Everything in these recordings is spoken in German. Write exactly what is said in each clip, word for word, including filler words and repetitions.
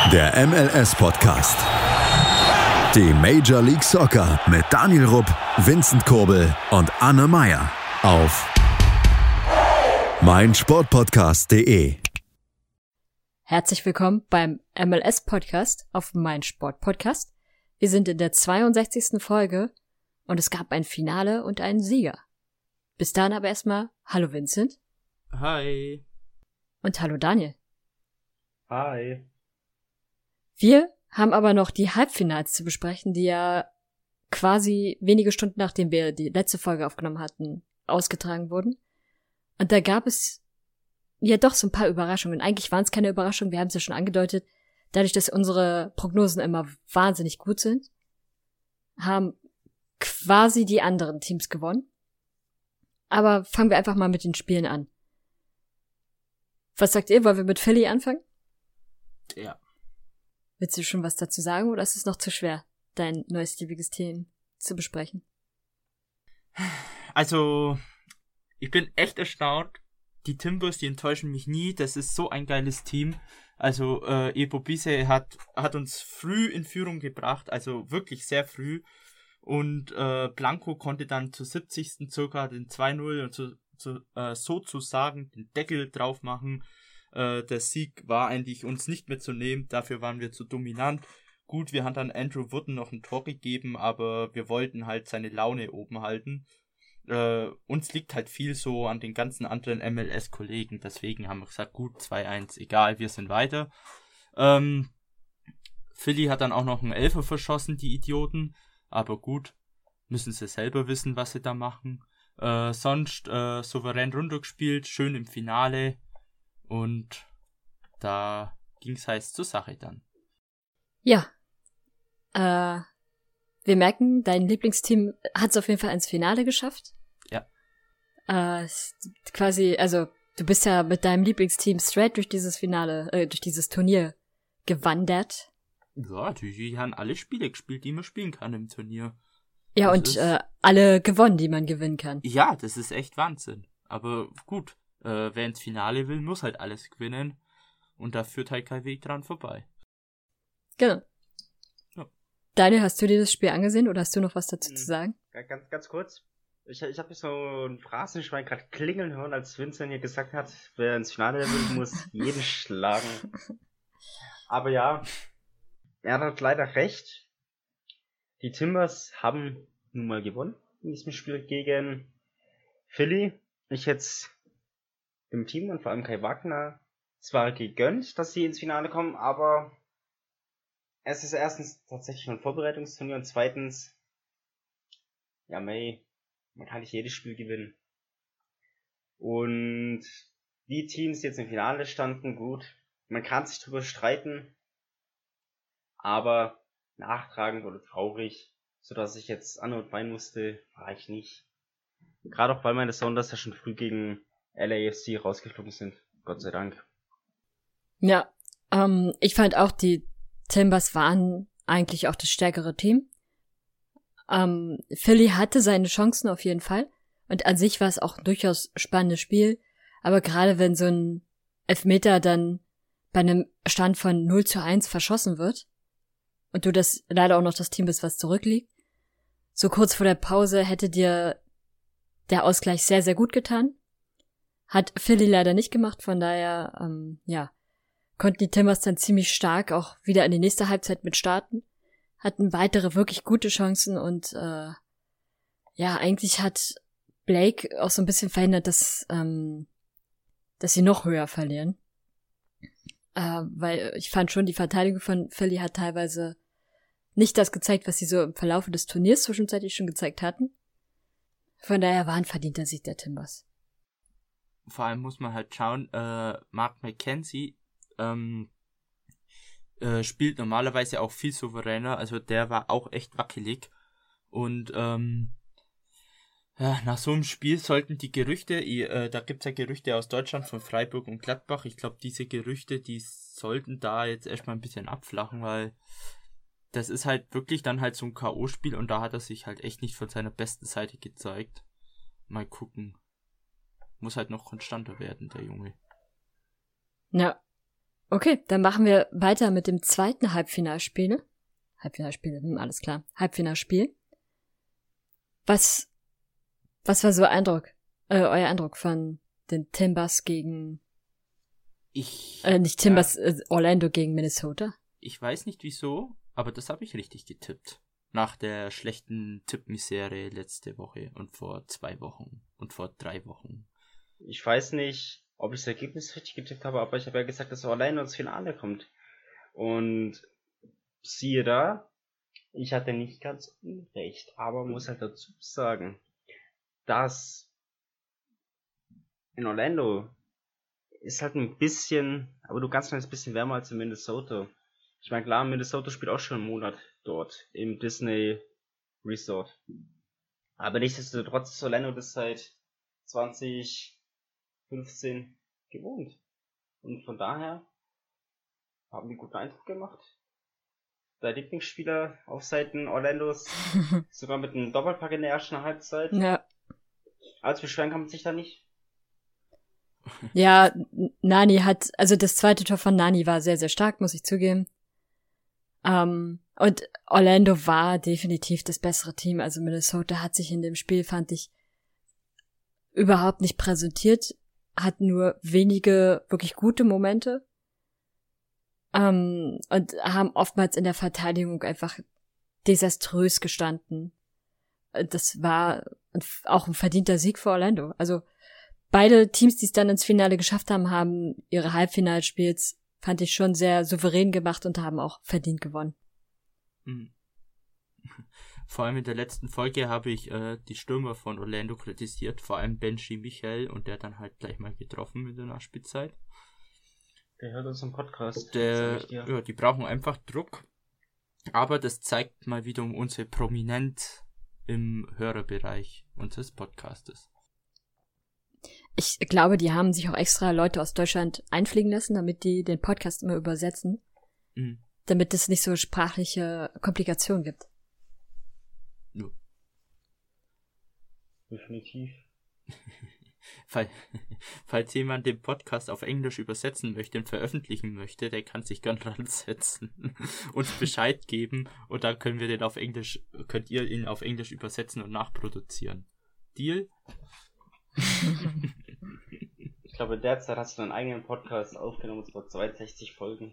Der M L S-Podcast. Die Major League Soccer mit Daniel Rupp, Vincent Kurbel und Anne Meyer auf meinsportpodcast punkt de. Herzlich willkommen beim M L S-Podcast auf meinsportpodcast. Wir sind in der zweiundsechzigsten Folge und es gab ein Finale und einen Sieger. Bis dahin aber erstmal hallo Vincent. Hi. Und hallo Daniel. Hi. Wir haben aber noch die Halbfinals zu besprechen, die ja quasi wenige Stunden nachdem wir die letzte Folge aufgenommen hatten, ausgetragen wurden. Und da gab es ja doch so ein paar Überraschungen. Eigentlich waren es keine Überraschungen, wir haben es ja schon angedeutet. Dadurch, dass unsere Prognosen immer wahnsinnig gut sind, haben quasi die anderen Teams gewonnen. Aber fangen wir einfach mal mit den Spielen an. Was sagt ihr? Wollen wir mit Philly anfangen? Ja. Willst du schon was dazu sagen oder ist es noch zu schwer, dein neues liebiges Team zu besprechen? Also, ich bin echt erstaunt. Die Timbers, die enttäuschen mich nie. Das ist so ein geiles Team. Also, äh, Epo Bise hat, hat uns früh in Führung gebracht. Also wirklich sehr früh. Und äh, Blanco konnte dann zur siebzigsten circa den zwei null und zu, zu, äh, sozusagen den Deckel drauf machen. Äh, der Sieg war eigentlich uns nicht mehr zu nehmen, dafür waren wir zu dominant. Gut, wir haben dann Andrew Wooden noch ein Tor gegeben, aber wir wollten halt seine Laune oben halten. Äh, uns liegt halt viel so an den ganzen anderen M L S-Kollegen, deswegen haben wir gesagt, gut, zwei eins, egal, wir sind weiter. Ähm, Philly hat dann auch noch einen Elfer verschossen, die Idioten, aber gut, müssen sie selber wissen, was sie da machen. Äh, sonst äh, souverän runtergespielt, schön im Finale. Und da ging's heiß zur Sache dann. Ja. Äh, wir merken, dein Lieblingsteam hat es auf jeden Fall ins Finale geschafft. Ja. Äh, quasi, also du bist ja mit deinem Lieblingsteam straight durch dieses Finale, äh, durch dieses Turnier gewandert. Ja, die, die haben alle Spiele gespielt, die man spielen kann im Turnier. Ja, das und ist, äh, alle gewonnen, die man gewinnen kann. Ja, das ist echt Wahnsinn. Aber gut. Äh, wer ins Finale will, muss halt alles gewinnen. Und da führt halt kein Weg dran vorbei. Genau. Ja. Daniel, hast du dir das Spiel angesehen oder hast du noch was dazu mhm. zu sagen? Ja, ganz, ganz kurz. Ich, ich habe so ein Phrasenschwein gerade klingeln hören, als Vincent hier gesagt hat, wer ins Finale will, muss jeden schlagen. Aber ja, er hat leider recht. Die Timbers haben nun mal gewonnen in diesem Spiel gegen Philly. Ich hätte dem Team und vor allem Kai Wagner zwar gegönnt, dass sie ins Finale kommen, aber es ist erstens tatsächlich ein Vorbereitungsturnier und zweitens, ja May, man kann nicht jedes Spiel gewinnen. Und die Teams, die jetzt im Finale standen, gut, man kann sich drüber streiten, aber nachtragend oder traurig, sodass ich jetzt an und weinen musste, war ich nicht. Gerade auch weil meine Sounders ja schon früh gegen L A F C rausgeflogen sind. Gott sei Dank. Ja, ähm, ich fand auch, die Timbers waren eigentlich auch das stärkere Team. Ähm, Philly hatte seine Chancen auf jeden Fall. Und an sich war es auch ein durchaus spannendes Spiel. Aber gerade wenn so ein Elfmeter dann bei einem Stand von null zu eins verschossen wird und du das leider auch noch das Team bist, was zurückliegt, so kurz vor der Pause hätte dir der Ausgleich sehr, sehr gut getan. Hat Philly leider nicht gemacht, von daher, ähm, ja, konnten die Timbers dann ziemlich stark auch wieder in die nächste Halbzeit mit starten, hatten weitere wirklich gute Chancen und, äh, ja, eigentlich hat Blake auch so ein bisschen verhindert, dass, ähm, dass sie noch höher verlieren. Äh, weil ich fand schon, die Verteidigung von Philly hat teilweise nicht das gezeigt, was sie so im Verlauf des Turniers zwischenzeitlich schon gezeigt hatten. Von daher war ein verdienter Sieg der Timbers. Vor allem muss man halt schauen, äh, Mark McKenzie ähm, äh, spielt normalerweise auch viel souveräner, also der war auch echt wackelig und ähm, ja, nach so einem Spiel sollten die Gerüchte, äh, da gibt's ja Gerüchte aus Deutschland von Freiburg und Gladbach, ich glaube diese Gerüchte, die sollten da jetzt erstmal ein bisschen abflachen, weil das ist halt wirklich dann halt so ein K O-Spiel und da hat er sich halt echt nicht von seiner besten Seite gezeigt. Mal gucken. Muss halt noch konstanter werden, der Junge. Ja. Okay, dann machen wir weiter mit dem zweiten Halbfinalspiel. Halbfinalspiel, hm, alles klar. Halbfinalspiel. Was, was war so Eindruck, äh, euer Eindruck von den Timbers gegen, Ich, äh, nicht Timbers, ja, äh, Orlando gegen Minnesota? ich weiß nicht wieso, aber das habe ich richtig getippt. Nach der schlechten Tippmisere letzte Woche und vor zwei Wochen und vor drei Wochen. Ich weiß nicht, ob ich das Ergebnis richtig getippt habe, aber ich habe ja gesagt, dass Orlando ins Finale kommt. Und siehe da, ich hatte nicht ganz unrecht, aber muss halt dazu sagen, dass in Orlando ist halt ein bisschen, aber du ganz kleines bisschen wärmer als in Minnesota. Ich meine, klar, Minnesota spielt auch schon einen Monat dort im Disney Resort. Aber nichtsdestotrotz ist Orlando das seit zwanzig fünfzehn gewohnt. Und von daher haben die guten Eindruck gemacht. Der Lieblingsspieler auf Seiten Orlandos, sogar mit einem Doppelpack in der ersten Halbzeit. Ja. Also beschweren kann man sich da nicht. Ja, Nani hat, also das zweite Tor von Nani war sehr, sehr stark, muss ich zugeben. Ähm, und Orlando war definitiv das bessere Team. Also Minnesota hat sich in dem Spiel, fand ich, überhaupt nicht präsentiert, hat nur wenige wirklich gute Momente ähm, und haben oftmals in der Verteidigung einfach desaströs gestanden. Das war auch ein verdienter Sieg für Orlando. Also beide Teams, die es dann ins Finale geschafft haben, haben ihre Halbfinalspiels, fand ich, schon sehr souverän gemacht und haben auch verdient gewonnen. Mhm. Vor allem in der letzten Folge habe ich äh, die Stürmer von Orlando kritisiert, vor allem Benji Michael, und der dann halt gleich mal getroffen in der Nachspielzeit. Der hört uns im Podcast. Der, ja, die brauchen einfach Druck, aber das zeigt mal wieder um unsere Prominenz im Hörerbereich unseres Podcastes. Ich glaube, die haben sich auch extra Leute aus Deutschland einfliegen lassen, damit die den Podcast immer übersetzen, Mhm. damit es nicht so sprachliche Komplikationen gibt. Ja. Definitiv. Fall, falls jemand den Podcast auf Englisch übersetzen möchte und veröffentlichen möchte, der kann sich gern dran setzen, uns Bescheid geben, und dann können wir den auf Englisch, könnt ihr ihn auf Englisch übersetzen und nachproduzieren. Deal? Ich glaube, derzeit hast du deinen eigenen Podcast aufgenommen, es war zweiundsechzig Folgen.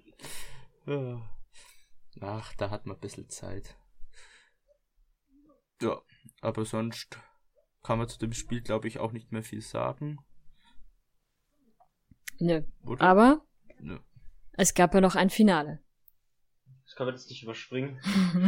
Ach, da hat man ein bisschen Zeit. Ja, aber sonst kann man zu dem Spiel, glaube ich, auch nicht mehr viel sagen. Nö. Oder? Aber Nö. es gab ja noch ein Finale. Das kann man jetzt nicht überspringen.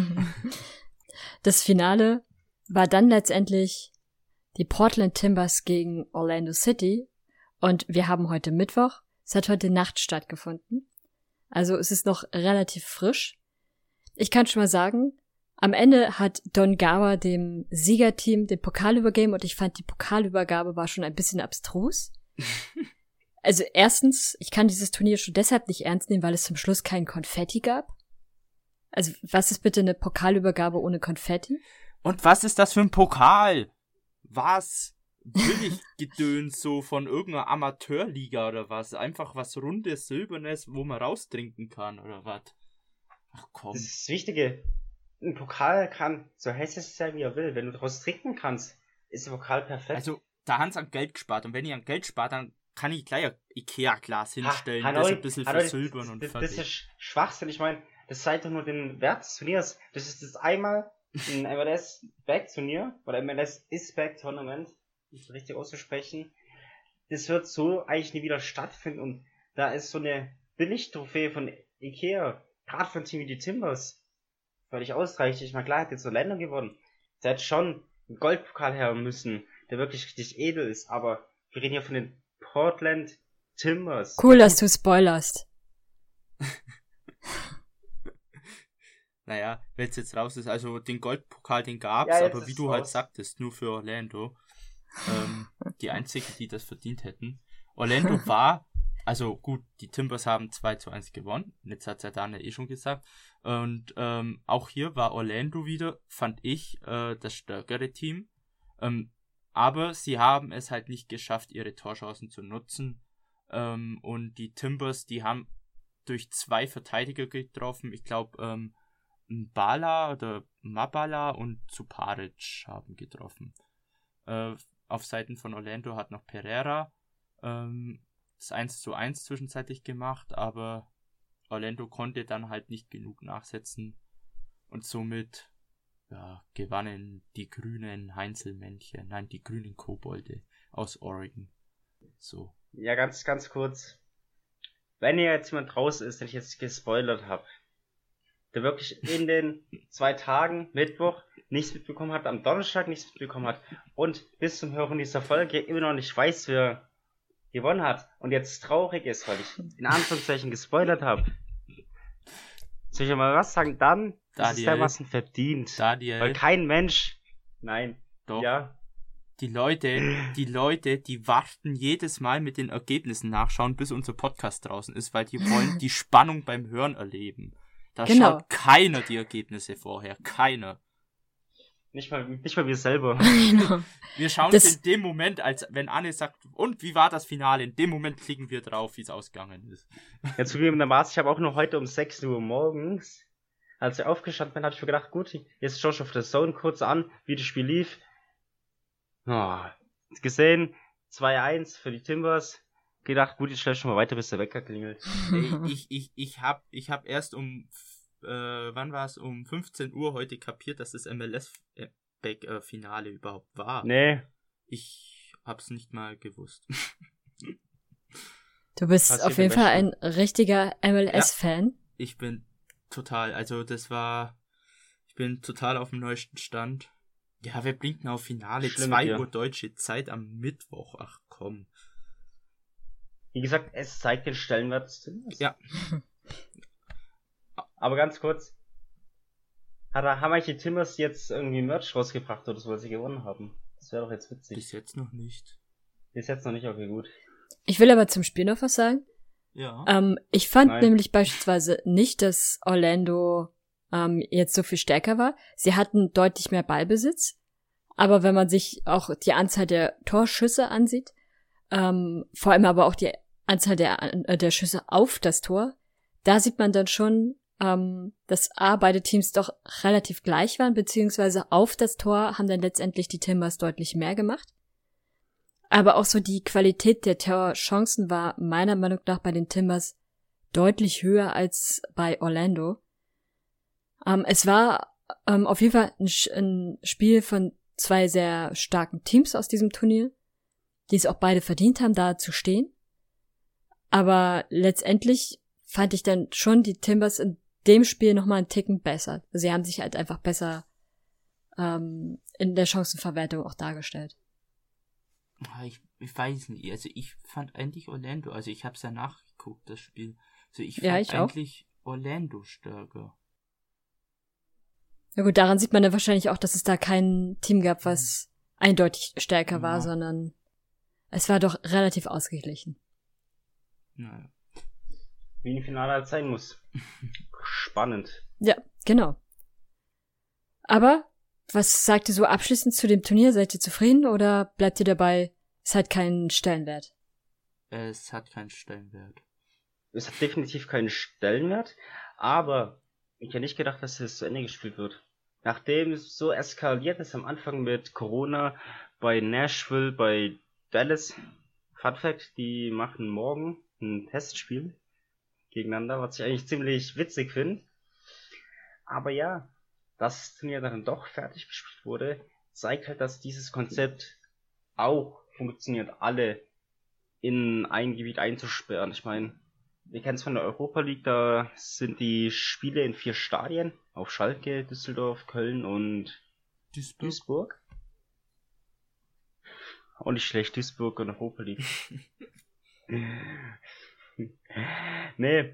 Das Finale war dann letztendlich die Portland Timbers gegen Orlando City, und wir haben heute Mittwoch. Es hat heute Nacht stattgefunden. Also es ist noch relativ frisch. Ich kann schon mal sagen, am Ende hat Don Garber dem Siegerteam den Pokal übergeben, und ich fand, die Pokalübergabe war schon ein bisschen abstrus. Also erstens, ich kann dieses Turnier schon deshalb nicht ernst nehmen, weil es zum Schluss kein Konfetti gab. Also was ist bitte eine Pokalübergabe ohne Konfetti? Und was ist das für ein Pokal? Was? Billiggedöns so von irgendeiner Amateurliga oder was? Einfach was Rundes, Silbernes, wo man raustrinken kann oder was? Ach komm. Das ist das Wichtige. Ein Pokal kann so hässlich sein, wie er will. Wenn du daraus trinken kannst, ist der Pokal perfekt. Also, da haben sie an Geld gespart. Und wenn ich an Geld spare, dann kann ich gleich ein Ikea-Glas hinstellen, ha, das Hanoi, ein bisschen Hanoi, versilbern das, und das, fertig. das ist Schwachsinn. Ich meine, das zeigt doch nur den Wert des Turniers. Das ist das einmal ein M L S-Back-Turnier oder M L S-Is-Back-Tournament, um es richtig auszusprechen. Das wird so eigentlich nie wieder stattfinden, und da ist so eine Billig-Trophäe von Ikea, gerade für ein Team wie die Timbers, völlig ausreichend. Ich meine, klar, hat jetzt Orlando gewonnen. Sie hat schon einen Goldpokal haben müssen, der wirklich richtig edel ist, aber wir reden hier von den Portland Timbers. Cool, dass du spoilerst. Naja, wenn es jetzt raus ist, also den Goldpokal, den gab's, Ja, jetzt aber wie ist du raus. halt sagtest, nur für Orlando. ähm, die einzigen, die das verdient hätten. Orlando war, also gut, die Timbers haben zwei zu eins gewonnen, jetzt hat ja Daniel eh schon gesagt, und ähm, auch hier war Orlando wieder, fand ich, äh, das stärkere Team, ähm, aber sie haben es halt nicht geschafft, ihre Torchancen zu nutzen, ähm, und die Timbers, die haben durch zwei Verteidiger getroffen. Ich glaube, ähm, Mbala oder Mabala und Zuparic haben getroffen. Äh, auf Seiten von Orlando hat noch Pereira ähm, das eins zu eins zwischenzeitlich gemacht, aber Orlando konnte dann halt nicht genug nachsetzen und somit ja, gewannen die grünen Heinzelmännchen, nein, die grünen Kobolde aus Oregon. So. Ja, ganz, ganz kurz. Wenn ihr jetzt jemand raus ist, den ich jetzt gespoilert habe, der wirklich in den zwei Tagen, Mittwoch, nichts mitbekommen hat, am Donnerstag nichts mitbekommen hat und bis zum Hören dieser Folge immer noch nicht weiß, wer gewonnen hat und jetzt traurig ist, weil ich in Anführungszeichen gespoilert habe. Soll ich mal was sagen? Dann ist es dermaßen verdient. Daniel. Weil kein Mensch, nein, Doch. ja, Die Leute, die Leute, die warten jedes Mal mit den Ergebnissen nachschauen, bis unser Podcast draußen ist, weil die wollen die Spannung beim Hören erleben. Da Genau. schaut keiner die Ergebnisse vorher. Keiner. nicht mal, nicht mal wir selber. Genau. Wir schauen Das- es in dem Moment, als wenn Anne sagt, und wie war das Finale? In dem Moment klicken wir drauf, wie es ausgegangen ist. Ja, zugegebenermaßen, ich habe auch nur heute um sechs Uhr morgens, als ich aufgestanden bin, habe ich mir gedacht, gut, jetzt schaue ich auf der Zone kurz an, wie das Spiel lief. Oh, gesehen, zwei eins für die Timbers. Gedacht, gut, ich stelle schon mal weiter, bis der Wecker klingelt. Ey, ich, ich, ich hab, ich hab erst um, äh, wann war es? Um fünfzehn Uhr heute kapiert, dass das M L S-Finale überhaupt war. Nee, Ich hab's nicht mal gewusst. Du bist Passiert auf jeden im Fall ein richtiger M L S-Fan. Ich bin total, also das war, ich bin total auf dem neuesten Stand. Ja, wer bringt denn auf Finale? Schlimm zwei mit dir. Uhr deutsche Zeit am Mittwoch. Ach komm. wie gesagt, es zeigt den Stellenwert des Timbers. Ja. Aber ganz kurz, hat, haben eigentlich die Timbers jetzt irgendwie Merch rausgebracht oder so, weil sie gewonnen haben? Das wäre doch jetzt witzig. Bis jetzt noch nicht. Ist jetzt noch nicht, okay, gut. Ich will aber zum Spiel noch was sagen. Ja. Ähm, ich fand Nein. nämlich beispielsweise nicht, dass Orlando ähm, jetzt so viel stärker war. Sie hatten deutlich mehr Ballbesitz. Aber wenn man sich auch die Anzahl der Torschüsse ansieht, ähm, vor allem aber auch die Anzahl der, äh, der Schüsse auf das Tor, da sieht man dann schon, ähm, dass A, beide Teams doch relativ gleich waren, beziehungsweise auf das Tor haben dann letztendlich die Timbers deutlich mehr gemacht. Aber auch so die Qualität der Torchancen war meiner Meinung nach bei den Timbers deutlich höher als bei Orlando. Ähm, es war ähm, auf jeden Fall ein, Sch- ein Spiel von zwei sehr starken Teams aus diesem Turnier, die es auch beide verdient haben, da zu stehen. Aber letztendlich fand ich dann schon die Timbers in dem Spiel nochmal einen Ticken besser. Sie haben sich halt einfach besser ähm, in der Chancenverwertung auch dargestellt. Ah, Ich, ich weiß nicht, also ich fand eigentlich Orlando, also ich hab's ja nachgeguckt, das Spiel. Also ich fand Ja, ich auch. eigentlich Orlando stärker. Ja gut, daran sieht man dann wahrscheinlich auch, dass es da kein Team gab, was eindeutig stärker war, Ja. sondern es war doch relativ ausgeglichen. Naja. Wie ein Finale halt sein muss. Spannend. Ja, genau. Aber was sagt ihr so abschließend zu dem Turnier? Seid ihr zufrieden oder bleibt ihr dabei, es hat keinen Stellenwert? Es hat keinen Stellenwert. Es hat definitiv keinen Stellenwert, aber ich hätte nicht gedacht, dass es zu Ende gespielt wird. Nachdem es so eskaliert ist am Anfang mit Corona bei Nashville, bei Dallas, Fun Fact, die machen morgen ein Testspiel gegeneinander, was ich eigentlich ziemlich witzig finde. Aber ja, dass das Turnier dann doch fertig gespielt wurde, zeigt halt, dass dieses Konzept auch funktioniert, alle in ein Gebiet einzusperren. Ich meine, wir kennen es von der Europa League, da sind die Spiele in vier Stadien, auf Schalke, Düsseldorf, Köln und Duisburg. Duisburg. Auch nicht schlecht, Duisburg und Europa League. Nee.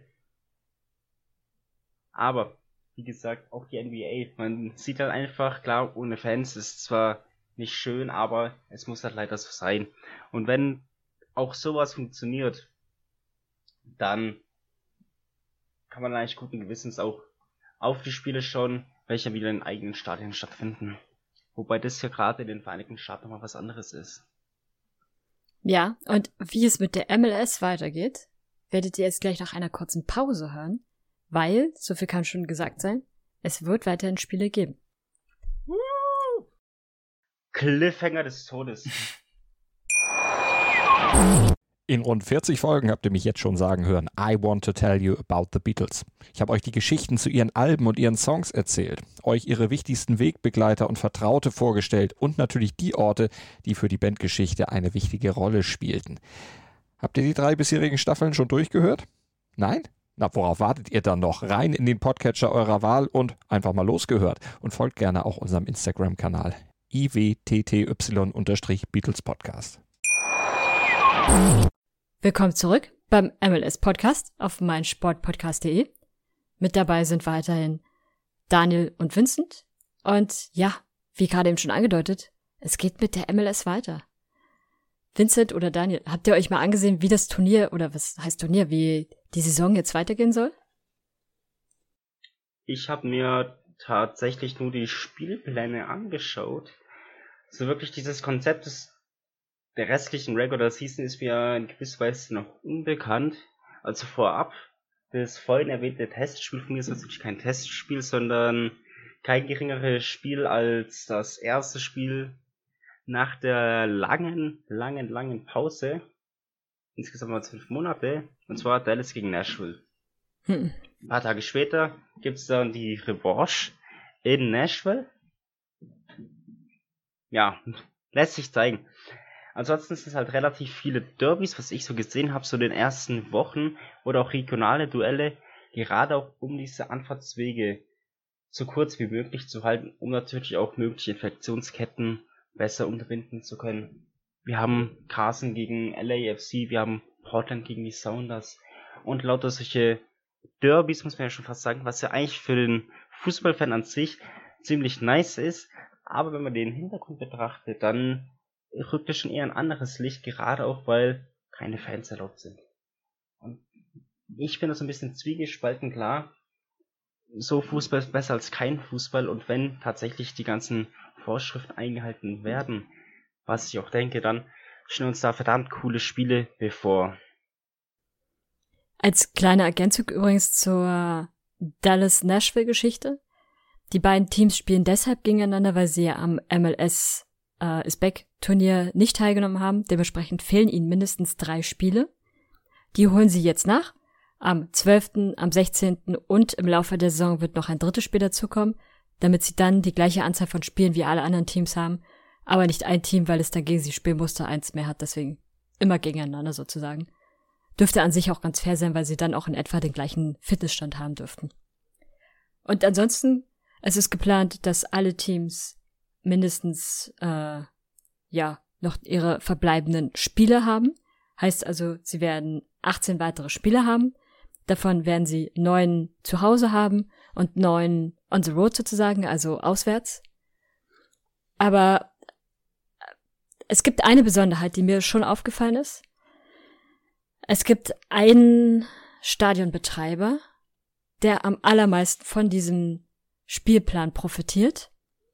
Aber, wie gesagt, auch die N B A, man sieht halt einfach, klar, ohne Fans ist zwar nicht schön, aber es muss halt leider so sein. Und wenn auch sowas funktioniert, dann kann man eigentlich guten Gewissens auch auf die Spiele schauen, welche wieder in eigenen Stadien stattfinden. Wobei das ja gerade in den Vereinigten Staaten nochmal was anderes ist. Ja, und wie es mit der M L S weitergeht, werdet ihr jetzt gleich nach einer kurzen Pause hören, weil, so viel kann schon gesagt sein, es wird weiterhin Spiele geben. Cliffhanger des Todes. In rund vierzig Folgen habt ihr mich jetzt schon sagen hören, I want to tell you about the Beatles. Ich habe euch die Geschichten zu ihren Alben und ihren Songs erzählt, euch ihre wichtigsten Wegbegleiter und Vertraute vorgestellt und natürlich die Orte, die für die Bandgeschichte eine wichtige Rolle spielten. Habt ihr die drei bisherigen Staffeln schon durchgehört? Nein? Na, worauf wartet ihr dann noch? Rein in den Podcatcher eurer Wahl und einfach mal losgehört. Und folgt gerne auch unserem Instagram-Kanal I W T T Y-Beatles Podcast. Willkommen zurück beim M L S-Podcast auf meinsportpodcast punkt de. Mit dabei sind weiterhin Daniel und Vincent. Und ja, wie gerade eben schon angedeutet, es geht mit der M L S weiter. Vincent oder Daniel, habt ihr euch mal angesehen, wie das Turnier, oder was heißt Turnier, wie die Saison jetzt weitergehen soll? Ich habe mir tatsächlich nur die Spielpläne angeschaut. So wirklich dieses Konzept des der restlichen Regular Season ist mir in gewisser Weise noch unbekannt. Also vorab, das vorhin erwähnte Testspiel von mir ist natürlich kein Testspiel, sondern kein geringeres Spiel als das erste Spiel nach der langen, langen, langen Pause. Insgesamt mal fünf Monate. Und zwar Dallas gegen Nashville. Hm. Ein paar Tage später gibt's dann die Revanche in Nashville. Ja, lässt sich zeigen. Ansonsten sind es halt relativ viele Derbys, was ich so gesehen habe, so in den ersten Wochen, oder auch regionale Duelle, gerade auch um diese Anfahrtswege so kurz wie möglich zu halten, um natürlich auch mögliche Infektionsketten besser unterbinden zu können. Wir haben Carson gegen L A F C, wir haben Portland gegen die Sounders und lauter solche Derbys, muss man ja schon fast sagen, was ja eigentlich für den Fußballfan an sich ziemlich nice ist, aber wenn man den Hintergrund betrachtet, dann rückt es schon eher ein anderes Licht, gerade auch, weil keine Fans erlaubt sind. Und ich finde das ein bisschen zwiegespalten, klar, so Fußball ist besser als kein Fußball, und wenn tatsächlich die ganzen Vorschriften eingehalten werden, was ich auch denke, dann stehen uns da verdammt coole Spiele bevor. Als kleine Ergänzung übrigens zur Dallas-Nashville-Geschichte. Die beiden Teams spielen deshalb gegeneinander, weil sie ja am M L S äh, is Back Turnier nicht teilgenommen haben. Dementsprechend fehlen ihnen mindestens drei Spiele. Die holen sie jetzt nach. Am zwölften, am sechzehnten und im Laufe der Saison wird noch ein drittes Spiel dazukommen, damit sie dann die gleiche Anzahl von Spielen wie alle anderen Teams haben, aber nicht ein Team, weil es dann gegen sie spielen musste, eins mehr hat, deswegen immer gegeneinander sozusagen. Dürfte an sich auch ganz fair sein, weil sie dann auch in etwa den gleichen Fitnessstand haben dürften. Und ansonsten, es ist geplant, dass alle Teams mindestens, äh, ja, noch ihre verbleibenden Spiele haben. Heißt also, sie werden achtzehn weitere Spiele haben. Davon werden sie neun zu Hause haben und neun on the road sozusagen, also auswärts. Aber es gibt eine Besonderheit, die mir schon aufgefallen ist. Es gibt einen Stadionbetreiber, der am allermeisten von diesem Spielplan profitiert.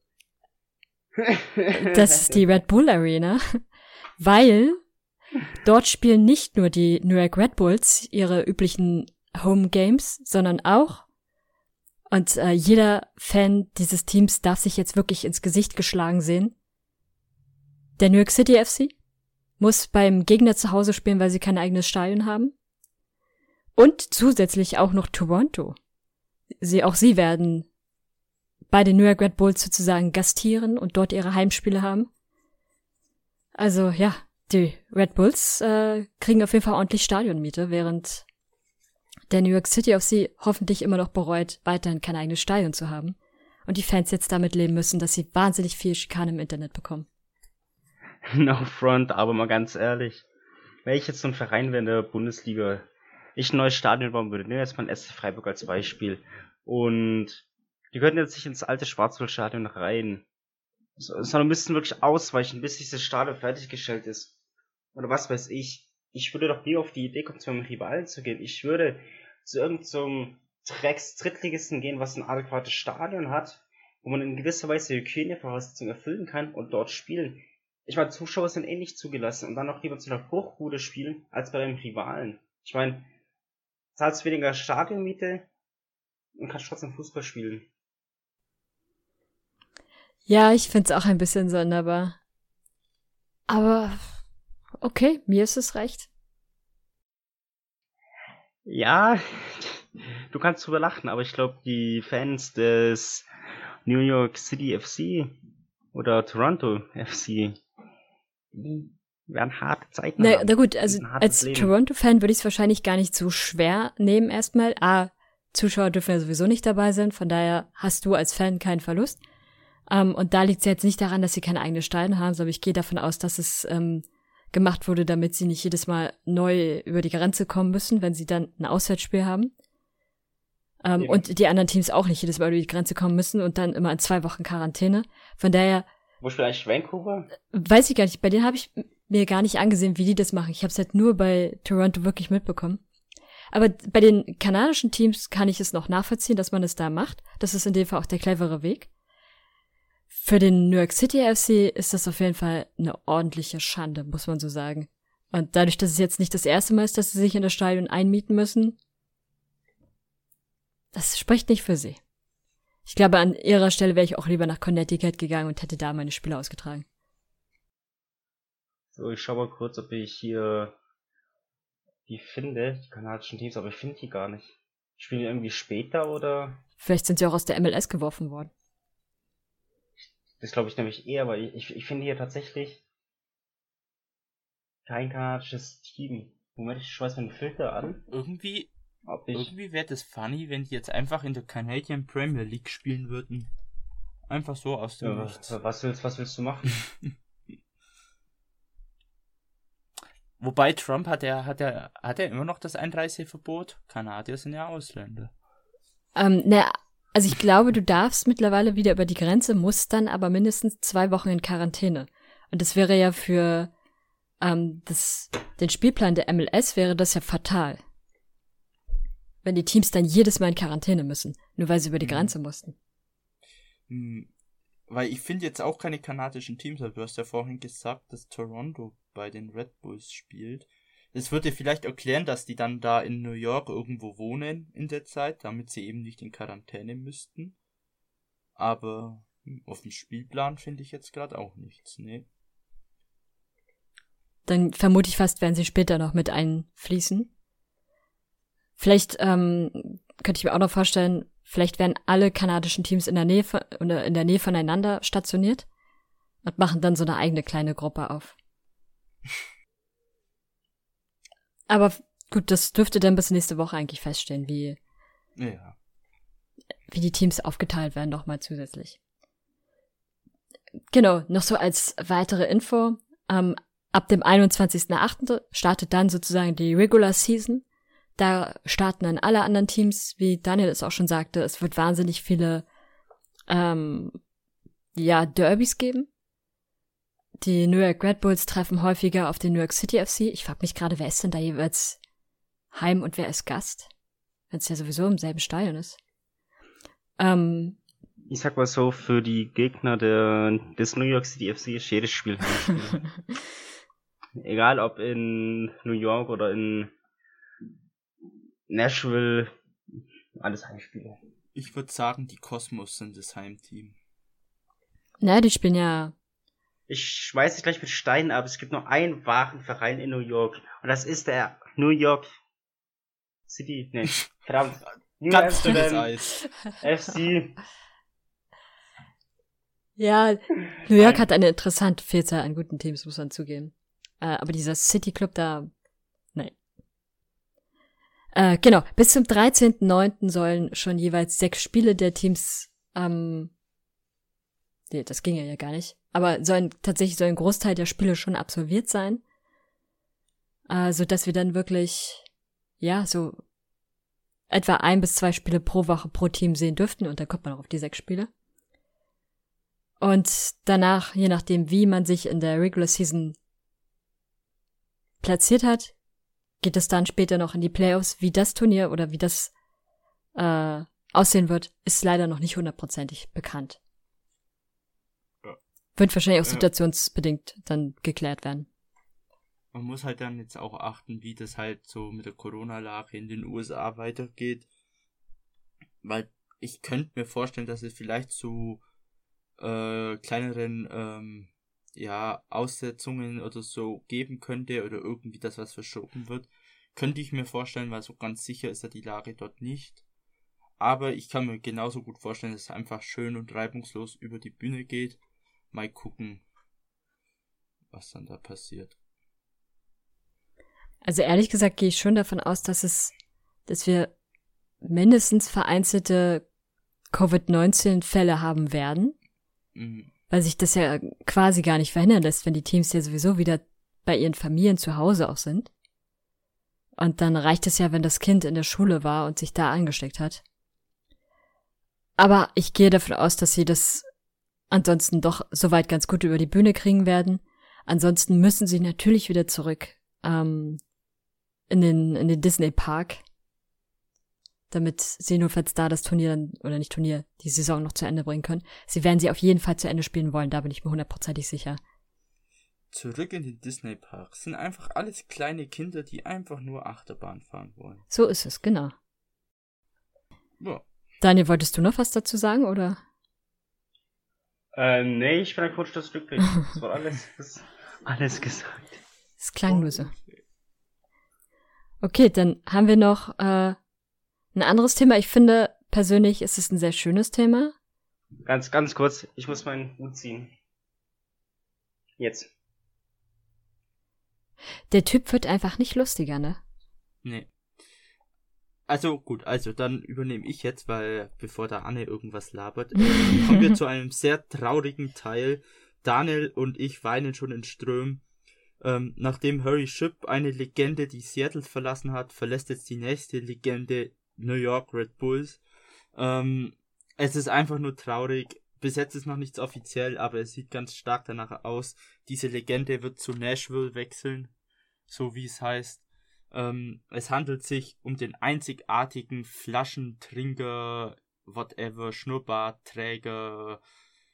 Das ist die Red Bull Arena, weil dort spielen nicht nur die New York Red Bulls ihre üblichen Home Games, sondern auch, und äh, jeder Fan dieses Teams darf sich jetzt wirklich ins Gesicht geschlagen sehen, der New York City F C muss beim Gegner zu Hause spielen, weil sie kein eigenes Stadion haben. Und zusätzlich auch noch Toronto. Sie, auch sie werden bei den New York Red Bulls sozusagen gastieren und dort ihre Heimspiele haben. Also ja, die Red Bulls äh, kriegen auf jeden Fall ordentlich Stadionmiete, während der New York City F C hoffentlich immer noch bereut, weiterhin kein eigenes Stadion zu haben. Und die Fans jetzt damit leben müssen, dass sie wahnsinnig viel Schikane im Internet bekommen. No front, aber mal ganz ehrlich, wenn ich jetzt so ein Verein wäre in der Bundesliga, ich ein neues Stadion bauen würde, nehmen wir jetzt mal ein S C Freiburg als Beispiel, und die könnten jetzt nicht ins alte Schwarzwaldstadion rein, so, sondern müssten wirklich ausweichen, bis dieses Stadion fertiggestellt ist. Oder was weiß ich. Ich würde doch nie auf die Idee kommen, zu einem Rivalen zu gehen. Ich würde zu irgendeinem so Drecks-Drittligisten gehen, was ein adäquates Stadion hat, wo man in gewisser Weise Hygienevoraussetzungen erfüllen kann und dort spielen. Ich meine, Zuschauer sind eh nicht zugelassen und dann noch lieber zu einer Hochbude spielen, als bei einem Rivalen. Ich meine, zahlst weniger Stadionmiete und kannst trotzdem Fußball spielen. Ja, ich find's auch ein bisschen sonderbar. Aber okay, mir ist es recht. Ja, du kannst drüber lachen, aber ich glaube, die Fans des New York City F C oder Toronto F C, die werden harte Zeiten Na, haben. na gut, also Ein hartes als Leben. Toronto-Fan würde ich es wahrscheinlich gar nicht so schwer nehmen erstmal. A, Zuschauer dürfen ja sowieso nicht dabei sein, von daher hast du als Fan keinen Verlust. Um, und da liegt es jetzt nicht daran, dass sie keine eigene Stadien haben, sondern ich gehe davon aus, dass es ähm, gemacht wurde, damit sie nicht jedes Mal neu über die Grenze kommen müssen, wenn sie dann ein Auswärtsspiel haben. Um, Ja. Und die anderen Teams auch nicht jedes Mal über die Grenze kommen müssen und dann immer in zwei Wochen Quarantäne. Von daher Wo spielt eigentlich Vancouver? weiß ich gar nicht, bei denen habe ich mir gar nicht angesehen, wie die das machen. Ich habe es halt nur bei Toronto wirklich mitbekommen. Aber bei den kanadischen Teams kann ich es noch nachvollziehen, dass man es da macht. Das ist in dem Fall auch der clevere Weg. Für den New York City F C ist das auf jeden Fall eine ordentliche Schande, muss man so sagen. Und dadurch, dass es jetzt nicht das erste Mal ist, dass sie sich in das Stadion einmieten müssen, das spricht nicht für sie. Ich glaube, an ihrer Stelle wäre ich auch lieber nach Connecticut gegangen und hätte da meine Spiele ausgetragen. So, ich schau mal kurz, ob ich hier die finde, die kanadischen Teams, aber ich finde die gar nicht. Spielen die irgendwie später oder? Vielleicht sind sie auch aus der M L S geworfen worden. Das glaube ich nämlich eher, weil ich, ich, ich finde hier tatsächlich kein kanadisches Team. Moment, ich schmeiß meinen Filter an. Irgendwie, Ob ich, irgendwie wäre das funny, wenn die jetzt einfach in der Canadian Premier League spielen würden. Einfach so aus dem ja, Nichts. was willst, was willst du machen? Wobei Trump hat er, hat er, hat er immer noch das Einreiseverbot? Kanadier sind ja Ausländer. Ähm, na, also ich glaube, du darfst mittlerweile wieder über die Grenze, musst dann aber mindestens zwei Wochen in Quarantäne. Und das wäre ja für ähm, das, den Spielplan der M L S wäre das ja fatal. Wenn die Teams dann jedes Mal in Quarantäne müssen, nur weil sie über die Mhm. Grenze mussten. Hm, weil ich finde jetzt auch keine kanadischen Teams, aber du hast ja vorhin gesagt, dass Toronto bei den Red Bulls spielt. Das würde vielleicht erklären, dass die dann da in New York irgendwo wohnen in der Zeit, damit sie eben nicht in Quarantäne müssten. Aber hm, auf dem Spielplan finde ich jetzt gerade auch nichts, ne? Dann vermute ich fast, werden sie später noch mit einfließen. Vielleicht ähm, könnte ich mir auch noch vorstellen, vielleicht werden alle kanadischen Teams in der Nähe von, oder in der Nähe voneinander stationiert und machen dann so eine eigene kleine Gruppe auf. Aber gut, das dürfte dann bis nächste Woche eigentlich feststehen, wie, Ja. wie die Teams aufgeteilt werden, nochmal zusätzlich. Genau, noch so als weitere Info. Ähm, ab dem einundzwanzigsten achten startet dann sozusagen die Regular Season. Da starten dann alle anderen Teams, wie Daniel es auch schon sagte, es wird wahnsinnig viele ähm, ja, Derbys geben. Die New York Red Bulls treffen häufiger auf den New York City F C. Ich frage mich gerade, wer ist denn da jeweils Heim und wer ist Gast? Wenn es ja sowieso im selben Stadion ist. Ähm, Ich sag mal so, für die Gegner der, des New York City F C ist jedes Spiel Heimspiel. Egal ob in New York oder in Nashville, alles Heimspiele. Ich würde sagen, die Cosmos sind das Heimteam. na, die spielen ja. Ich schmeiß dich gleich mit Steinen ab. Es gibt nur einen wahren Verein in New York. Und das ist der New York City. Nee, verdammt. New Ganz dünnes Amsterdam Eis. F C. Ja, New York hat eine interessante Vielzahl an guten Teams, muss man zugeben. Äh, aber dieser City Club da, nein. Äh, genau, bis zum dreizehnten neunten sollen schon jeweils sechs Spiele der Teams, ähm, nee, das ging ja gar nicht, aber sollen tatsächlich soll ein Großteil der Spiele schon absolviert sein, äh, so dass wir dann wirklich, ja, so etwa ein bis zwei Spiele pro Woche pro Team sehen dürften und dann kommt man auch auf die sechs Spiele. Und danach, je nachdem, wie man sich in der Regular Season platziert hat, geht es dann später noch in die Playoffs. Wie das Turnier oder wie das äh, aussehen wird, ist leider noch nicht hundertprozentig bekannt. Ja. Wird wahrscheinlich auch Ja. situationsbedingt dann geklärt werden. man muss halt dann jetzt auch achten, wie das halt so mit der Corona-Lage in den U S A weitergeht. Weil ich könnte mir vorstellen, dass es vielleicht zu äh, kleineren ähm, ja, Aussetzungen oder so geben könnte oder irgendwie das, was verschoben wird. Könnte ich mir vorstellen, weil so ganz sicher ist ja die Lage dort nicht. Aber ich kann mir genauso gut vorstellen, dass es einfach schön und reibungslos über die Bühne geht. Mal gucken, was dann da passiert. Also ehrlich gesagt gehe ich schon davon aus, dass es, dass wir mindestens vereinzelte Covid neunzehn Fälle haben werden. Mhm. Weil sich das ja quasi gar nicht verhindern lässt, wenn die Teams ja sowieso wieder bei ihren Familien zu Hause auch sind. Und dann reicht es ja, wenn das Kind in der Schule war und sich da angesteckt hat. Aber ich gehe davon aus, dass sie das ansonsten doch soweit ganz gut über die Bühne kriegen werden. Ansonsten müssen sie natürlich wieder zurück ähm, in den in den Disney Park, damit sie nur falls da das Turnier dann, oder nicht Turnier, die Saison noch zu Ende bringen können. Sie werden sie auf jeden Fall zu Ende spielen wollen, da bin ich mir hundertprozentig sicher. Zurück in den Disney Park sind einfach alles kleine Kinder, die einfach nur Achterbahn fahren wollen. So ist es, genau. Ja. Daniel, wolltest du noch was dazu sagen, oder? Äh, nee, ich bin ein Coach das glücklich. Das war alles, das alles gesagt. Es klang nur so. Okay, dann haben wir noch äh, ein anderes Thema. Ich finde, persönlich ist es ein sehr schönes Thema. Ganz, ganz kurz, ich muss meinen Hut ziehen. Jetzt. Der Typ wird einfach nicht lustiger, ne? Nee. Also gut, also dann übernehme ich jetzt, weil bevor da Anne irgendwas labert, äh, kommen wir zu einem sehr traurigen Teil. Daniel und ich weinen schon in Strömen. Ähm, nachdem Harry Shipp, eine Legende, die Seattle verlassen hat, verlässt jetzt die nächste Legende New York Red Bulls. Ähm, es ist einfach nur traurig. Bis jetzt ist noch nichts offiziell, aber es sieht ganz stark danach aus. Diese Legende wird zu Nashville wechseln, so wie es heißt. Ähm, es handelt sich um den einzigartigen Flaschentrinker, whatever, Schnurrbartträger,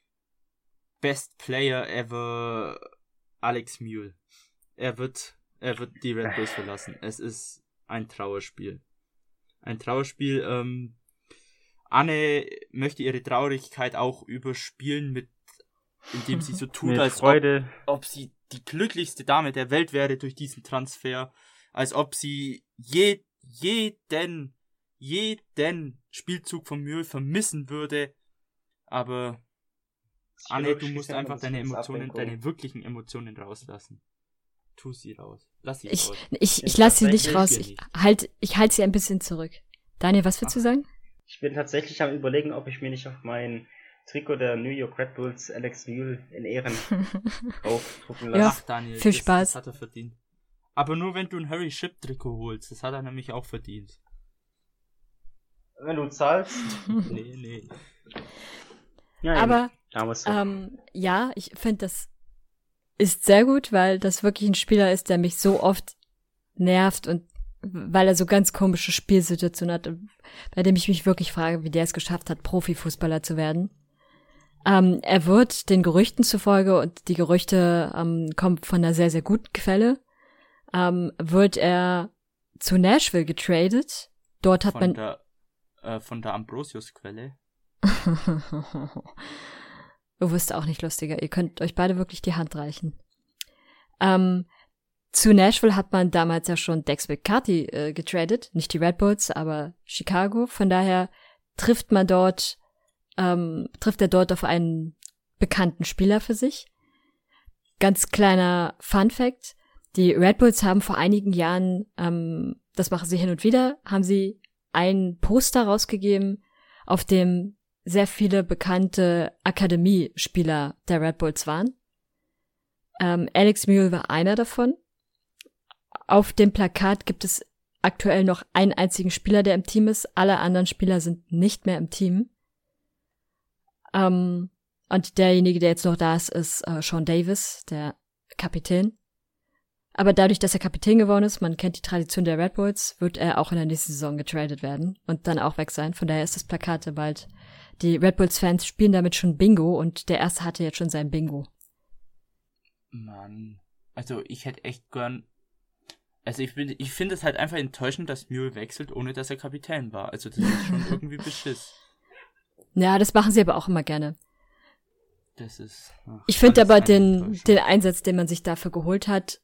Best Player ever, Alex Mule. Er wird, er wird die Red Bulls verlassen. Es ist ein Trauerspiel. Ein Trauerspiel, ähm, Anne möchte ihre Traurigkeit auch überspielen, mit, indem sie so tut, Mit als Freude. ob, ob sie die glücklichste Dame der Welt wäre durch diesen Transfer, als ob sie je, jeden, jeden Spielzug von Mühl vermissen würde. Aber Anne, du musst einfach deine Emotionen, deine wirklichen Emotionen rauslassen. Tu sie raus. Lass sie Ich, raus. ich, ich lasse sie nicht raus. Tatsächlich Ich halt, ich halte sie ein bisschen zurück. Daniel, was willst du Ach. sagen? Ich bin tatsächlich am Überlegen, ob ich mir nicht auf mein Trikot der New York Red Bulls Alex Mule in Ehren aufdrucken lasse. Ja, Ach, Daniel, viel das, Spaß. das hat er verdient. Aber nur wenn du ein Harry Shipp Trikot holst. Das hat er nämlich auch verdient. Wenn du zahlst. Nee, nee. Ja, eben. Aber Da musst du. ähm, ja, ich finde, das ist sehr gut, weil das wirklich ein Spieler ist, der mich so oft nervt und weil er so ganz komische Spielsituationen hat, bei dem ich mich wirklich frage, wie der es geschafft hat, Profifußballer zu werden. Ähm, er wird den Gerüchten zufolge, und die Gerüchte ähm, kommen von einer sehr, sehr guten Quelle, ähm, wird er zu Nashville getradet. Dort hat Von man... der, äh, von der Ambrosius-Quelle. Du wirst auch nicht lustiger. Ihr könnt euch beide wirklich die Hand reichen. Ähm, zu Nashville hat man damals ja schon Dex McCarthy äh, getradet. Nicht die Red Bulls, aber Chicago. Von daher trifft man dort, ähm, trifft er dort auf einen bekannten Spieler für sich. Ganz kleiner Fun Fact. Die Red Bulls haben vor einigen Jahren, ähm, das machen sie hin und wieder, haben sie ein Poster rausgegeben, auf dem sehr viele bekannte Akademiespieler der Red Bulls waren. Ähm, Alex Mule war einer davon. Auf dem Plakat gibt es aktuell noch einen einzigen Spieler, der im Team ist. Alle anderen Spieler sind nicht mehr im Team. Ähm, und derjenige, der jetzt noch da ist, ist äh, Sean Davis, der Kapitän. Aber dadurch, dass er Kapitän geworden ist, man kennt die Tradition der Red Bulls, wird er auch in der nächsten Saison getradet werden und dann auch weg sein. Von daher ist das Plakat ja bald. Die Red Bulls-Fans spielen damit schon Bingo und der erste hatte jetzt schon sein Bingo. Mann. also ich hätte echt gern, also ich bin, ich finde es halt einfach enttäuschend, dass Mule wechselt, ohne dass er Kapitän war. Also das ist schon irgendwie Beschiss. Ja, das machen sie aber auch immer gerne. Das ist. Ach, ich finde alles aber eine den, Enttäuschung. den Einsatz, den man sich dafür geholt hat,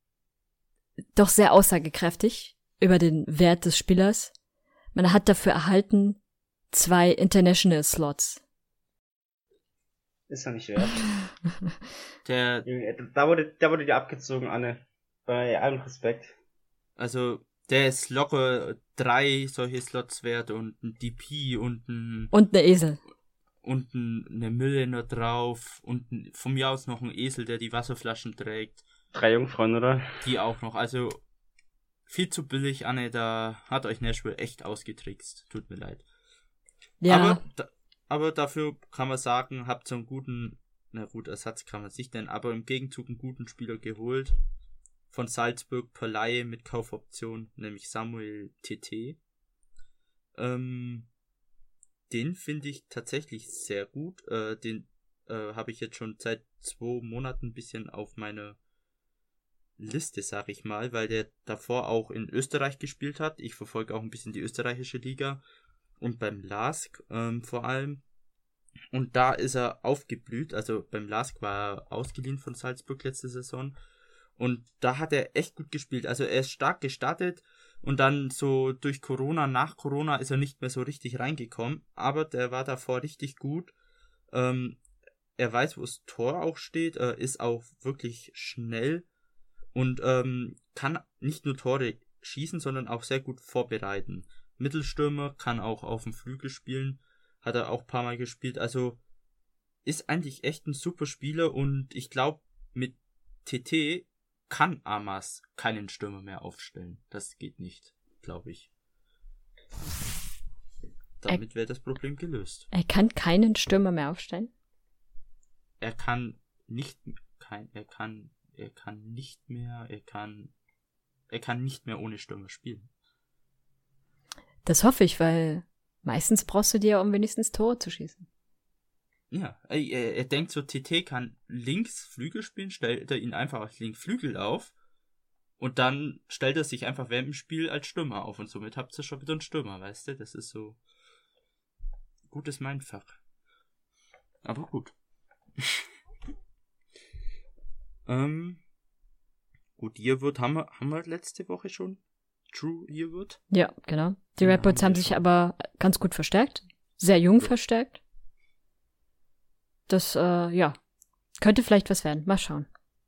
doch sehr aussagekräftig über den Wert des Spielers. Man hat dafür erhalten zwei International Slots. Ist ja nicht wert. Der, Da wurde, da wurde dir abgezogen, Anne. Bei allem Respekt. also, der ist locker drei solche Slots wert und ein D P und ein, Und eine Esel. und ein, eine Mülle noch drauf und ein, von mir aus noch ein Esel, der die Wasserflaschen trägt. Drei Jungfrauen, oder? Die auch noch. Also, viel zu billig, Anne, da hat euch Nashville echt ausgetrickst. Tut mir leid. Ja, Aber, da, aber dafür kann man sagen, habt so einen guten, na gut, Ersatz kann man sich denn, aber im Gegenzug einen guten Spieler geholt. Von Salzburg per Leihe mit Kaufoption, nämlich Samuel T T. Ähm, den finde ich tatsächlich sehr gut. Äh, den äh, habe ich jetzt schon seit zwei Monaten ein bisschen auf meiner Liste, sag ich mal, weil der davor auch in Österreich gespielt hat. Ich verfolge auch ein bisschen die österreichische Liga und beim LASK ähm, vor allem. Und da ist er aufgeblüht. Also beim LASK war er ausgeliehen von Salzburg letzte Saison. Und da hat er echt gut gespielt. Also er ist stark gestartet und dann so durch Corona, nach Corona ist er nicht mehr so richtig reingekommen. Aber der war davor richtig gut. Ähm, er weiß, wo das Tor auch steht. Er ist auch wirklich schnell und ähm, kann nicht nur Tore schießen, sondern auch sehr gut vorbereiten. Mittelstürmer, kann auch auf dem Flügel spielen. Hat er auch ein paar Mal gespielt. Also ist eigentlich echt ein super Spieler und ich glaube, mit T T kann Amas keinen Stürmer mehr aufstellen. Das geht nicht, glaube ich. Damit wäre das Problem gelöst. er kann keinen Stürmer mehr aufstellen. Er kann nicht kein er kann er kann nicht mehr er kann er kann nicht mehr ohne Stürmer spielen. Das hoffe ich, weil meistens brauchst du dir ja, um wenigstens Tore zu schießen. Ja, er, er denkt so, T T kann links Flügel spielen, stellt er ihn einfach als Linksflügel auf und dann stellt er sich einfach während dem Spiel als Stürmer auf und somit habt ihr schon wieder einen Stürmer, weißt du? Das ist so gutes Mindfuck. Aber gut. ähm, gut, Yearwood haben wir, haben wir letzte Woche schon. True Yearwood. Ja, genau. Die Ja, Redbirds haben haben wir sich schon. aber ganz gut verstärkt. Sehr jung Ja. verstärkt. Das, äh, ja, könnte vielleicht was werden. Mal schauen.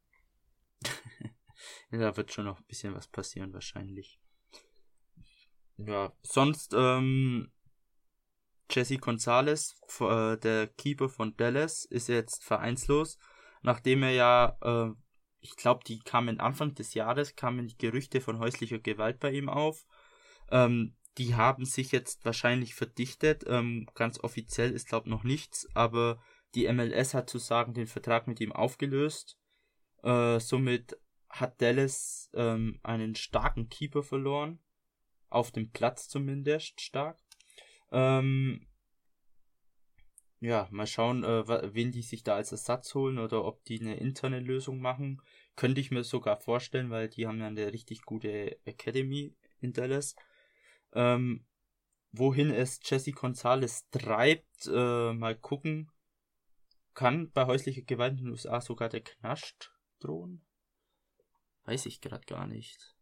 Ja, da wird schon noch ein bisschen was passieren wahrscheinlich. Ja, sonst ähm, Jesse Gonzalez, äh, der Keeper von Dallas, ist jetzt vereinslos, nachdem er ja, äh, ich glaube, die kamen Anfang des Jahres, kamen die Gerüchte von häuslicher Gewalt bei ihm auf. Ähm, die haben sich jetzt wahrscheinlich verdichtet. Ähm, ganz offiziell ist, glaube ich, noch nichts, aber die M L S hat zu sagen, den Vertrag mit ihm aufgelöst. Äh, somit hat Dallas ähm, einen starken Keeper verloren. Auf dem Platz zumindest stark. Ähm, ja, mal schauen, äh, wen die sich da als Ersatz holen oder ob die eine interne Lösung machen. Könnte ich mir sogar vorstellen, weil die haben ja eine richtig gute Academy in Dallas. Ähm, wohin es Jesse Gonzalez treibt, äh, mal gucken. Kann bei häuslicher Gewalt in den U S A sogar der Knast drohen? Weiß ich gerade gar nicht.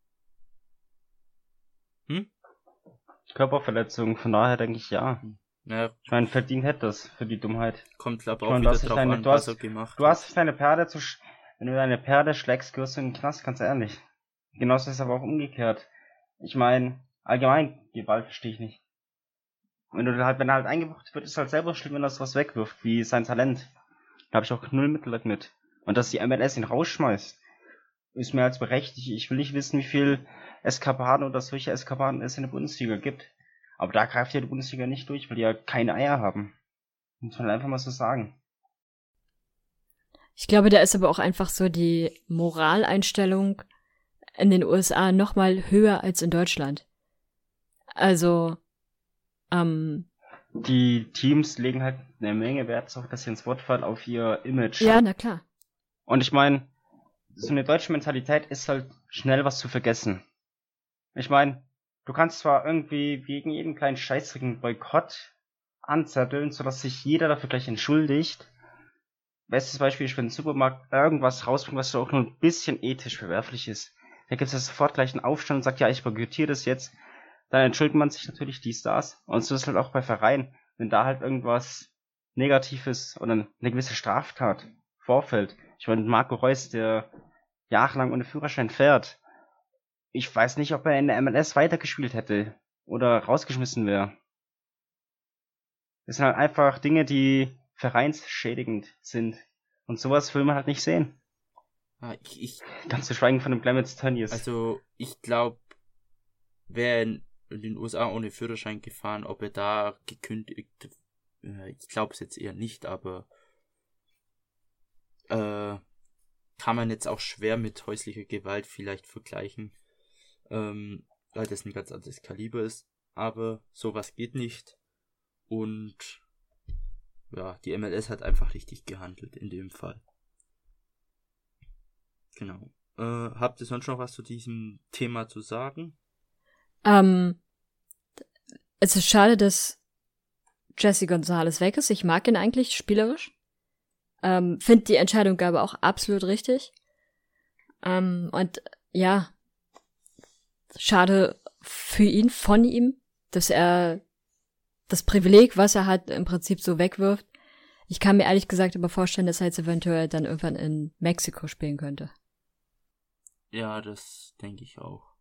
Hm? Körperverletzung, von daher denke ich ja. Naja, Ich meine, verdient hätte das für die Dummheit. kommt glaube Ich auch meine, wieder du hast drauf deine- an, du was hast- er gemacht Du hat. hast deine Pferde zu, sch- wenn du deine Pferde schlägst, gehörst du in den Knast, ganz ehrlich. Genauso ist es aber auch umgekehrt. Ich meine, allgemein, Gewalt verstehe ich nicht. Wenn du halt, wenn er halt eingebracht wird, ist halt selber schlimm, wenn er was wegwirft, wie sein Talent. Da habe ich auch null Mitleid mit. Und dass die M L S ihn rausschmeißt, ist mehr als berechtigt. Ich will nicht wissen, wie viel Eskapaden oder solche Eskapaden es in der Bundesliga gibt. Aber da greift ja die Bundesliga nicht durch, weil die ja keine Eier haben. Muss man einfach mal so sagen. Ich glaube, da ist aber auch einfach so die Moraleinstellung in den U S A noch mal höher als in Deutschland. Also, ähm, Die Teams legen halt eine Menge Wert auf, dass sie ins Wort fallen, auf ihr Image. ja, na klar. Und ich meine, so eine deutsche Mentalität ist halt schnell was zu vergessen. Ich meine, du kannst zwar irgendwie wegen jedem kleinen scheißrigen Boykott anzetteln, sodass sich jeder dafür gleich entschuldigt. Bestes Beispiel ist, wenn ein Supermarkt irgendwas rausbringt, was auch nur ein bisschen ethisch verwerflich ist. Da gibt es ja sofort gleich einen Aufstand und sagt, ja, ich boykottiere das jetzt. Dann entschuldigt man sich natürlich dies, das. Und so ist halt auch bei Vereinen. Wenn da halt irgendwas Negatives oder eine gewisse Straftat vorfällt. Ich meine, Marco Reus, der jahrelang ohne Führerschein fährt. Ich weiß nicht, ob er in der M L S weitergespielt hätte oder rausgeschmissen wäre. Das sind halt einfach Dinge, die vereinsschädigend sind. Und sowas will man halt nicht sehen. Ah, ich, ich, Ganz zu schweigen von dem Clemens Tönnies. Also, ich glaube, wäre in den U S A ohne Führerschein gefahren, ob er da gekündigt, äh, ich glaube es jetzt eher nicht, aber äh, kann man jetzt auch schwer mit häuslicher Gewalt vielleicht vergleichen, ähm, weil das ein ganz anderes Kaliber ist, aber sowas geht nicht und ja, die M L S hat einfach richtig gehandelt in dem Fall. Genau. Äh, habt ihr sonst noch was zu diesem Thema zu sagen? Ähm, es ist schade, dass Jesse Gonzalez weg ist. Ich mag ihn eigentlich spielerisch. Ähm, finde die Entscheidung aber auch absolut richtig. Ähm, und ja, schade für ihn, von ihm, dass er das Privileg, was er hat, im Prinzip so wegwirft. Ich kann mir ehrlich gesagt aber vorstellen, dass er jetzt eventuell dann irgendwann in Mexiko spielen könnte. Ja, das denke ich auch.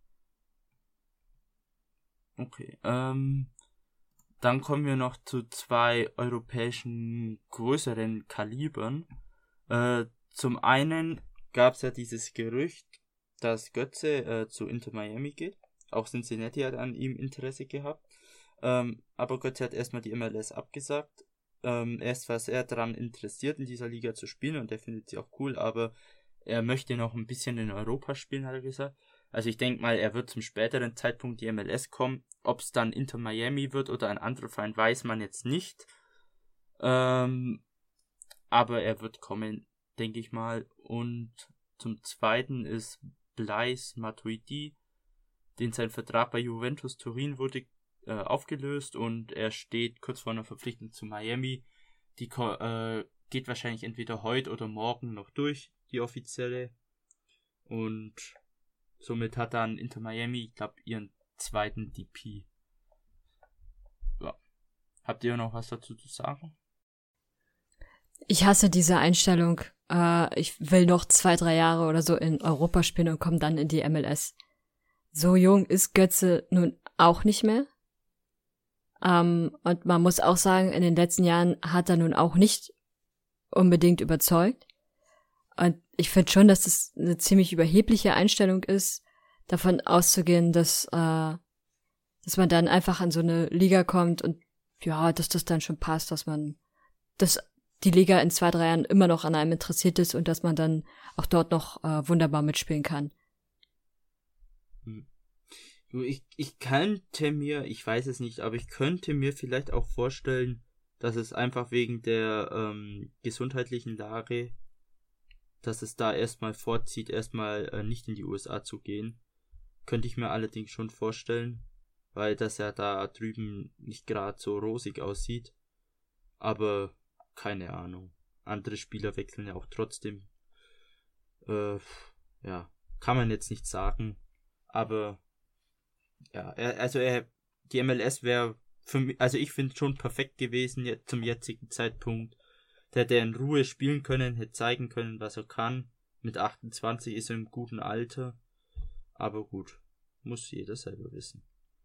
Okay, ähm, dann kommen wir noch zu zwei europäischen größeren Kalibern. Äh, zum einen gab es ja dieses Gerücht, dass Götze äh, zu Inter Miami geht. Auch Cincinnati hat an ihm Interesse gehabt. Ähm, aber Götze hat erstmal die M L S abgesagt. Ähm, er ist zwar sehr daran interessiert, in dieser Liga zu spielen und er findet sie auch cool, aber er möchte noch ein bisschen in Europa spielen, hat er gesagt. Also ich denke mal, er wird zum späteren Zeitpunkt die M L S kommen. Ob es dann Inter Miami wird oder ein anderer Verein, weiß man jetzt nicht. Ähm, aber er wird kommen, denke ich mal. Und zum Zweiten ist Blaise Matuidi, den sein Vertrag bei Juventus Turin wurde äh, aufgelöst und er steht kurz vor einer Verpflichtung zu Miami. Die äh, geht wahrscheinlich entweder heute oder morgen noch durch, die offizielle. Und somit hat dann Inter Miami, ich glaube, ihren zweiten D P. Ja. Habt ihr noch was dazu zu sagen? Ich hasse diese Einstellung. Äh, ich will noch zwei, drei Jahre oder so in Europa spielen und komme dann in die M L S. So jung ist Götze nun auch nicht mehr. Ähm, und man muss auch sagen, in den letzten Jahren hat er nun auch nicht unbedingt überzeugt. Und ich finde schon, dass das eine ziemlich überhebliche Einstellung ist, davon auszugehen, dass, äh, dass man dann einfach an so eine Liga kommt und ja, dass das dann schon passt, dass man, dass die Liga in zwei, drei Jahren immer noch an einem interessiert ist und dass man dann auch dort noch äh, wunderbar mitspielen kann. Hm. Ich, ich könnte mir, ich weiß es nicht, aber ich könnte mir vielleicht auch vorstellen, dass es einfach wegen der ähm, gesundheitlichen Lage, dass es da erstmal vorzieht, erstmal äh, nicht in die U S A zu gehen. Könnte ich mir allerdings schon vorstellen, weil das ja da drüben nicht gerade so rosig aussieht. Aber keine Ahnung. Andere Spieler wechseln ja auch trotzdem. Äh, ja, kann man jetzt nicht sagen. Aber ja, er, also er, die M L S wäre für mich, also ich finde schon perfekt gewesen jetzt zum jetzigen Zeitpunkt. Der hätte in Ruhe spielen können, hätte zeigen können, was er kann. Mit achtundzwanzig ist er im guten Alter. Aber gut, muss jeder selber wissen.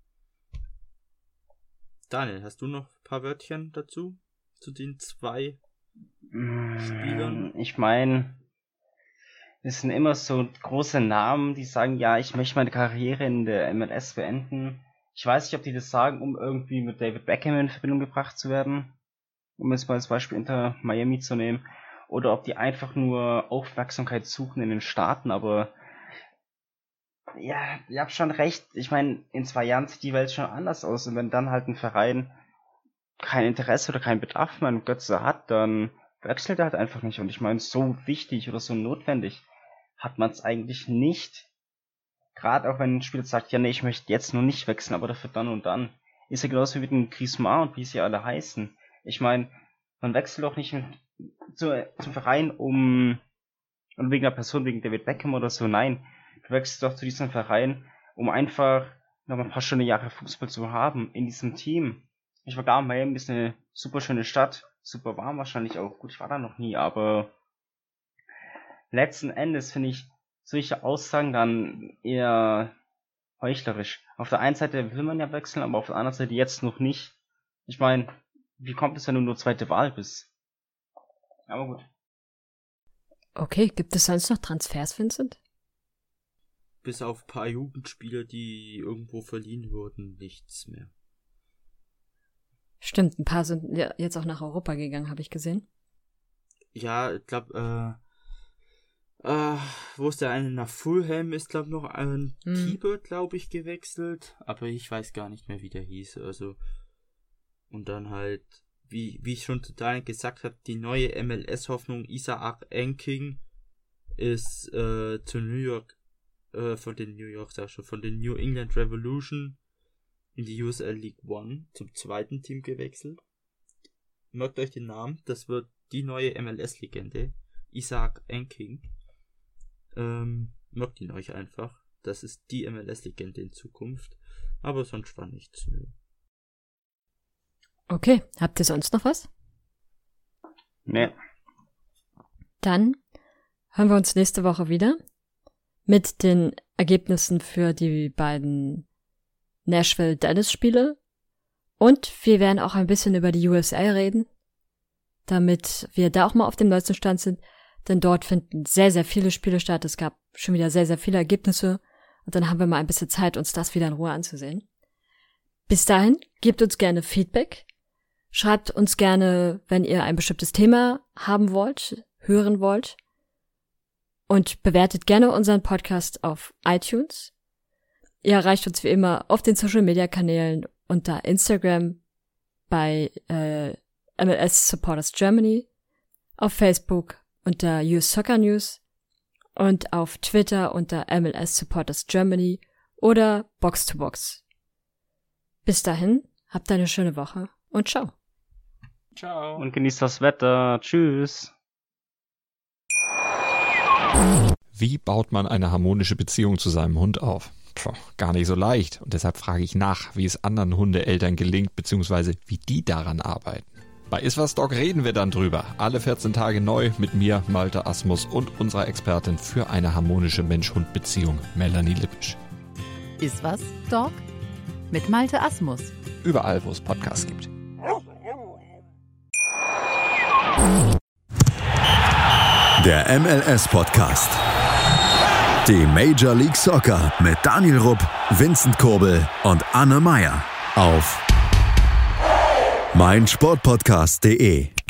Daniel, hast du noch ein paar Wörtchen dazu? Zu den zwei Spielern? Ich meine, es sind immer so große Namen, die sagen, ja, ich möchte meine Karriere in der M L S beenden. Ich weiß nicht, ob die das sagen, um irgendwie mit David Beckham in Verbindung gebracht zu werden. Um jetzt mal als Beispiel Inter Miami zu nehmen. Oder ob die einfach nur Aufmerksamkeit suchen in den Staaten, aber ja, ihr habt schon recht. Ich meine, in zwei Jahren sieht die Welt schon anders aus. Und wenn dann halt ein Verein kein Interesse oder keinen Bedarf mehr an Götze hat, dann wechselt er halt einfach nicht. Und ich meine, so wichtig oder so notwendig hat man es eigentlich nicht. Gerade auch wenn ein Spieler sagt, ja nee, ich möchte jetzt noch nicht wechseln, aber dafür dann und dann. Ist ja genauso wie mit dem Griezmann und wie sie alle heißen. Ich meine, man wechselt doch nicht mit, zu, zum Verein um, um wegen einer Person, wegen David Beckham oder so. Nein, du wechselst doch zu diesem Verein, um einfach noch ein paar schöne Jahre Fußball zu haben in diesem Team. Ich war gar Miami ist eine super schöne Stadt, super warm wahrscheinlich auch. Gut, ich war da noch nie, aber letzten Endes finde ich solche Aussagen dann eher heuchlerisch. Auf der einen Seite will man ja wechseln, aber auf der anderen Seite jetzt noch nicht. Ich meine, wie kommt es, wenn du nur zweite Wahl bist? Aber gut. Okay, gibt es sonst noch Transfers, Vincent? Bis auf ein paar Jugendspieler, die irgendwo verliehen wurden, nichts mehr. Stimmt, ein paar sind ja jetzt auch nach Europa gegangen, habe ich gesehen. Ja, ich glaube, äh, äh, wo ist der eine nach Fulham, ist glaube noch ein Hm. Keeper, glaube ich, gewechselt, aber ich weiß gar nicht mehr, wie der hieß, also, und dann halt, wie, wie ich schon total gesagt habe, die neue M L S-Hoffnung Isaac Enking ist, äh, zu New York, äh, von den New York, sag ich schon, von den New England Revolution in die U S L League One zum zweiten Team gewechselt. Merkt euch den Namen, das wird die neue M L S-Legende, Isaac Enking. Ähm, merkt ihn euch einfach. Das ist die M L S-Legende in Zukunft. Aber sonst war nichts. Nö. Okay, habt ihr sonst noch was? Nee. Dann hören wir uns nächste Woche wieder mit den Ergebnissen für die beiden Nashville-Dallas-Spiele. Und wir werden auch ein bisschen über die U S A reden, damit wir da auch mal auf dem neuesten Stand sind. Denn dort finden sehr, sehr viele Spiele statt. Es gab schon wieder sehr, sehr viele Ergebnisse. Und dann haben wir mal ein bisschen Zeit, uns das wieder in Ruhe anzusehen. Bis dahin, gebt uns gerne Feedback. Schreibt uns gerne, wenn ihr ein bestimmtes Thema haben wollt, hören wollt. Und bewertet gerne unseren Podcast auf iTunes. Ihr erreicht uns wie immer auf den Social-Media-Kanälen unter Instagram bei äh, M L S Supporters Germany, auf Facebook unter U S Soccer News und auf Twitter unter M L S Supporters Germany oder Box to Box. Bis dahin, habt eine schöne Woche und ciao. Ciao. Und genießt das Wetter. Tschüss. Wie baut man eine harmonische Beziehung zu seinem Hund auf? Puh, gar nicht so leicht. Und deshalb frage ich nach, wie es anderen Hundeeltern gelingt, beziehungsweise wie die daran arbeiten. Bei Iswas Dog reden wir dann drüber. Alle vierzehn Tage neu mit mir, Malte Asmus und unserer Expertin für eine harmonische Mensch-Hund-Beziehung, Melanie Lippisch. Iswas Dog mit Malte Asmus. Überall, wo es Podcasts gibt. Der M L S-Podcast. Die Major League Soccer mit Daniel Rupp, Vincent Kurbel und Anne Meyer auf meinsportpodcast punkt de.